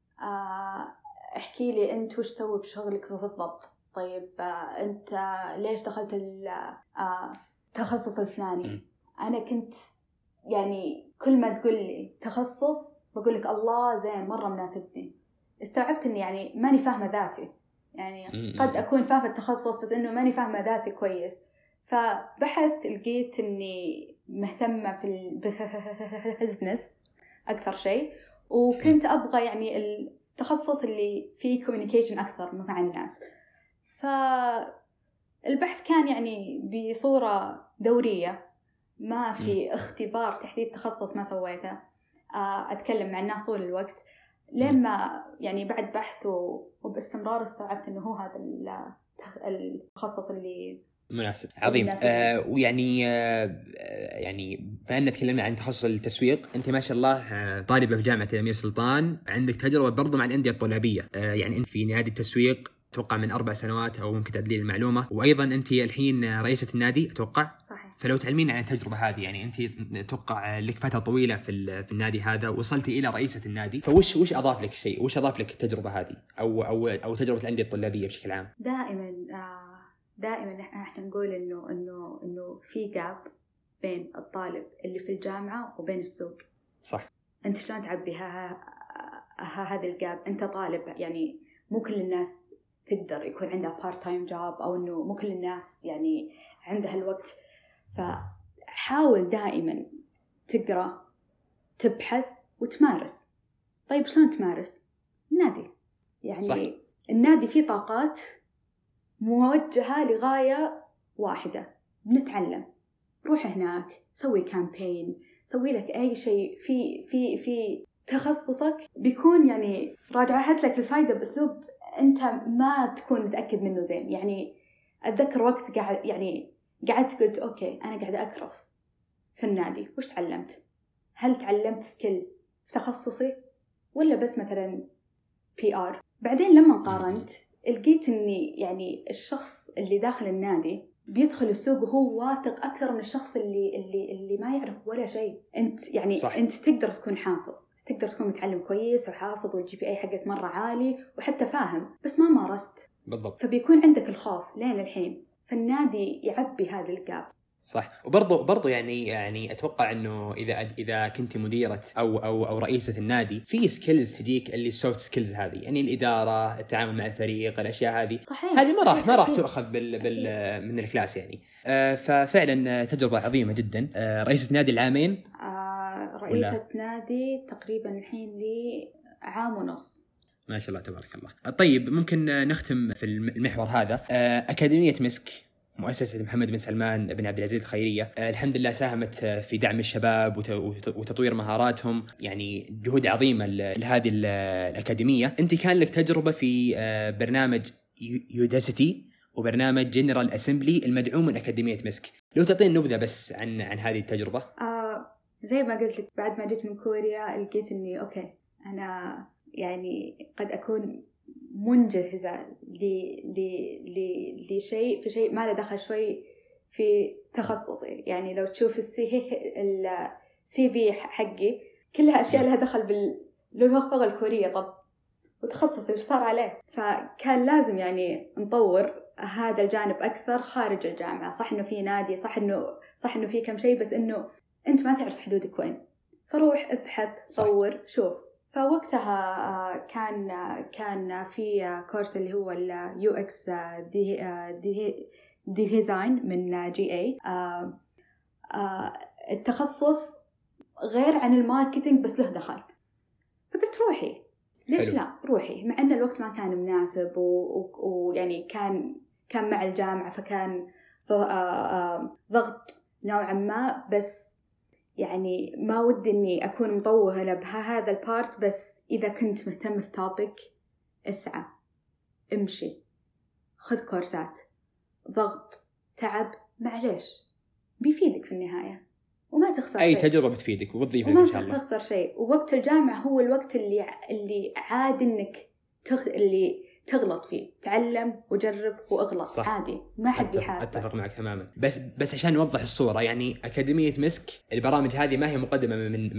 احكي لي أنت وش تسوي بشغلك بالضبط؟ طيب أنت ليش دخلت التخصص الفلاني؟ أنا كنت يعني كل ما تقول لي تخصص بقول لك الله زين مرة مناسبني. استوعبت إني يعني ماني فاهمة ذاتي، يعني قد أكون فاهمة التخصص بس إنه ماني فاهمة ذاتي كويس. فبحثت لقيت إني مهتمة في البزنس أكثر شيء، وكنت أبغى يعني التخصص اللي فيه communication أكثر مع الناس. فالبحث كان يعني بصورة دورية، ما في اختبار تحديد تخصص ما سويته. أتكلم مع الناس طول الوقت لما يعني بعد بحث وباستمرار استوعبت إنه هو هذا التخصص اللي مناسب. عظيم. ويعني يعني بأن تكلمنا عن تخصص التسويق، أنت ما شاء الله طالبة في جامعة الأمير سلطان، عندك تجربة برضو مع الأندية الطلابية، يعني أنت في نادي التسويق أتوقع من 4 سنوات أو ممكن تعدلي المعلومة، وأيضا أنت الحين رئيسة النادي أتوقع. صحيح. فلو تعلمين عن التجربة هذه، يعني أنت أتوقع لك فترة طويلة في النادي هذا، وصلتي إلى رئيسة النادي، فوش أضاف لك شيء، وش أضاف لك التجربة هذه أو تجربة الأندية الطلابية بشكل عام؟ دائما احنا نقول انه في جاب بين الطالب اللي في الجامعة وبين السوق. صح. انت شلون تعبي هذا الجاب؟ انت طالب، يعني مو كل الناس تقدر يكون عندها بارت تايم جوب، او انه مو كل الناس يعني عندها الوقت. فحاول دائما تقرأ، تبحث وتمارس. طيب شلون تمارس؟ النادي، يعني صح. النادي فيه طاقات موجهة لغاية واحدة، بنتعلم. روح هناك، سوي كامبين، سوي لك أي شيء في تخصصك، بيكون يعني راجعت لك الفايدة بأسلوب أنت ما تكون متأكد منه زين. يعني أتذكر وقت قعدت قلت أوكي أنا قاعدة أكرف في النادي، وش تعلمت؟ هل تعلمت سكيل في تخصصي ولا بس مثلا PR؟ بعدين لما قارنت لقيت إني يعني الشخص اللي داخل النادي بيدخل السوق وهو واثق أكثر من الشخص اللي ما يعرف ولا شيء. أنت يعني صح. أنت تقدر تكون حافظ، تقدر تكون متعلم كويس وحافظ والGPA حقك مرة عالي وحتى فاهم، بس ما مارست بالضبط، فبيكون عندك الخوف لين الحين. فالنادي يعبي هذا الجاب. صح. وبرضه يعني اتوقع انه اذا كنت مديره او رئيسه النادي، في سكيلز تجيك اللي سوفت سكيلز هذه، يعني الاداره، التعامل مع الفريق، الاشياء هذه صحيح. هذه ما راح تؤخذ من الكلاس يعني. ففعلا تجربه عظيمه جدا. رئيسه نادي العامين؟ رئيسه نادي تقريبا الحين لي 1.5 عام. ما شاء الله تبارك الله. طيب ممكن نختم في المحور هذا. أكاديمية مسك مؤسسة محمد بن سلمان بن عبد العزيز الخيرية. الحمد لله ساهمت في دعم الشباب وتطوير مهاراتهم، يعني جهود عظيمة لهذه الأكاديمية. أنت كان لك تجربة في برنامج يوداسيتي وبرنامج جنرال أسمبلي المدعوم من أكاديمية مسك، لو تعطينا نبذة بس عن هذه التجربة. زي ما قلت لك، بعد ما جيت من كوريا لقيت إني أوكي، أنا يعني قد أكون منجهزة لشيء في شيء ما له دخل شوي في تخصصي. يعني لو تشوف السي في حقي كلها أشياء لها دخل باللغة الكورية، طب وتخصصي وش صار عليه؟ فكان لازم يعني نطور هذا الجانب أكثر خارج الجامعة. صح إنه في نادي، صح إنه في كم شيء، بس إنه أنت ما تعرف حدودك وين، فروح ابحث طور شوف. فوقتها كان في كورس اللي هو اليو اكس ديزاين من GA. التخصص غير عن الماركتينج بس له دخل، فقلت روحي ليش حلو. لا روحي، مع ان الوقت ما كان مناسب ويعني كان مع الجامعة، فكان ضغط نوعا ما، بس يعني ما ودي إني أكون مطوهة بهذا البارت. بس إذا كنت مهتم في توبيك اسعى، امشي، خذ كورسات، ضغط، تعب، معليش بيفيدك في النهاية وما تخسر أي شيء. تجربة بتفيدك وبتضيفك إن شاء الله، وما تخسر شيء. ووقت الجامعة هو الوقت اللي عادي إنك اللي تغلط فيه، تعلم وجرب واغلط. صح. عادي، ما حد يحاسبك. اتفق معك تماما. بس عشان نوضح الصوره، يعني اكاديميه مسك البرامج هذه ما هي مقدمه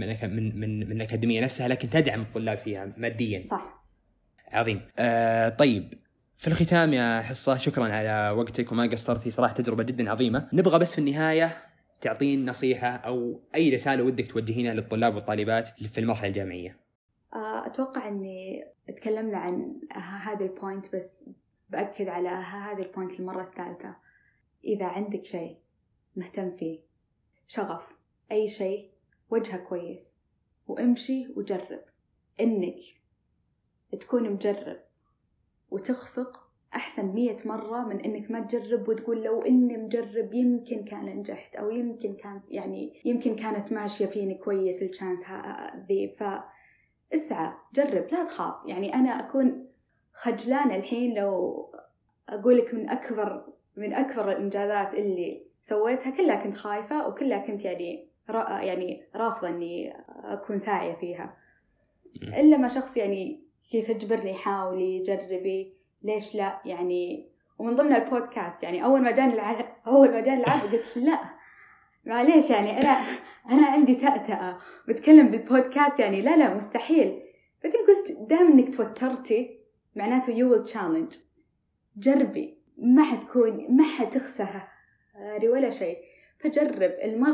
من الاكاديميه نفسها، لكن تدعم الطلاب فيها ماديا. صح. عظيم. طيب في الختام يا حصه، شكرا على وقتك وما قصرتي، صراحه تجربه جدا عظيمه. نبغى بس في النهايه تعطين نصيحه او اي رساله ودك توجهينها للطلاب والطالبات في المرحله الجامعيه. أتوقع أني تكلمنا عن هذا البوينت، بس بأكد على هذا البوينت المرة الثالثة. إذا عندك شيء مهتم فيه، شغف، أي شيء، وجهه كويس وامشي وجرب. إنك تكون مجرب وتخفق أحسن 100 مرة من إنك ما تجرب وتقول لو إني مجرب يمكن كان نجحت، أو يمكن كانت ماشية فيني كويس الشانس ذي. اسعى، جرب، لا تخاف. يعني أنا أكون خجلانة الحين لو أقولك من أكبر الإنجازات اللي سويتها كلها كنت خايفة، وكلها كنت يعني رافضة إني أكون ساعية فيها، إلا ما شخص يعني يجبرني حاولي جربي، ليش لا يعني. ومن ضمن البودكاست، يعني أول ما جاني العاب قلت لا معليش، يعني أنا عندي تأتأة بتكلم بالبودكاست، يعني لا مستحيل. بعدين قلت دام إنك توترتي معناته you will challenge. جربي، ما حتخسر ولا شيء، فجرب.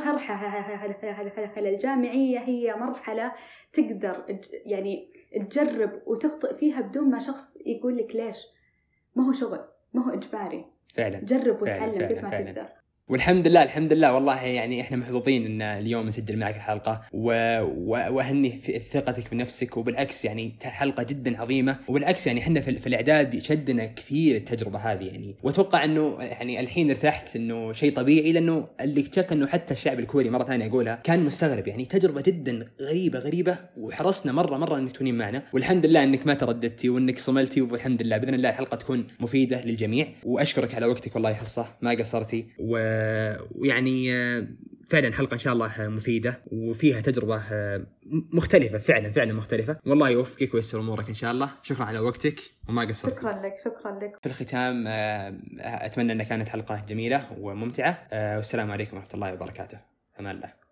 المرحلة الجامعية هي مرحلة تقدر يعني تجرب وتخطئ فيها بدون ما شخص يقول لك ليش. ما هو شغل، ما هو إجباري. فعلا جرب وتعلم قد ما تقدر. والحمد لله والله يعني احنا محظوظين ان اليوم نسجل معك الحلقه، واهني في ثقتك بنفسك، وبالعكس يعني حلقه جدا عظيمه. وبالعكس يعني احنا في الاعداد شدنا كثير التجربه هذه يعني، واتوقع انه يعني الحين ارتحت انه شيء طبيعي، لانه اللي اكتشفت انه حتى الشعب الكوري مره ثانيه اقولها كان مستغرب، يعني تجربه جدا غريبه وحرصنا مره انك تكونين معنا. والحمد لله انك ما ترددتي وانك صملتي، والحمد لله باذن الله الحلقه تكون مفيده للجميع. واشكرك على وقتك والله حصه، ما قصرتي. ويعني فعلا حلقة إن شاء الله مفيدة وفيها تجربة مختلفة، فعلا مختلفة. والله يوفقك ويسر أمورك إن شاء الله. شكرا على وقتك وما قصرت. شكرا لك. في الختام أتمنى أن كانت حلقة جميلة وممتعة، والسلام عليكم ورحمة الله وبركاته. أمان الله.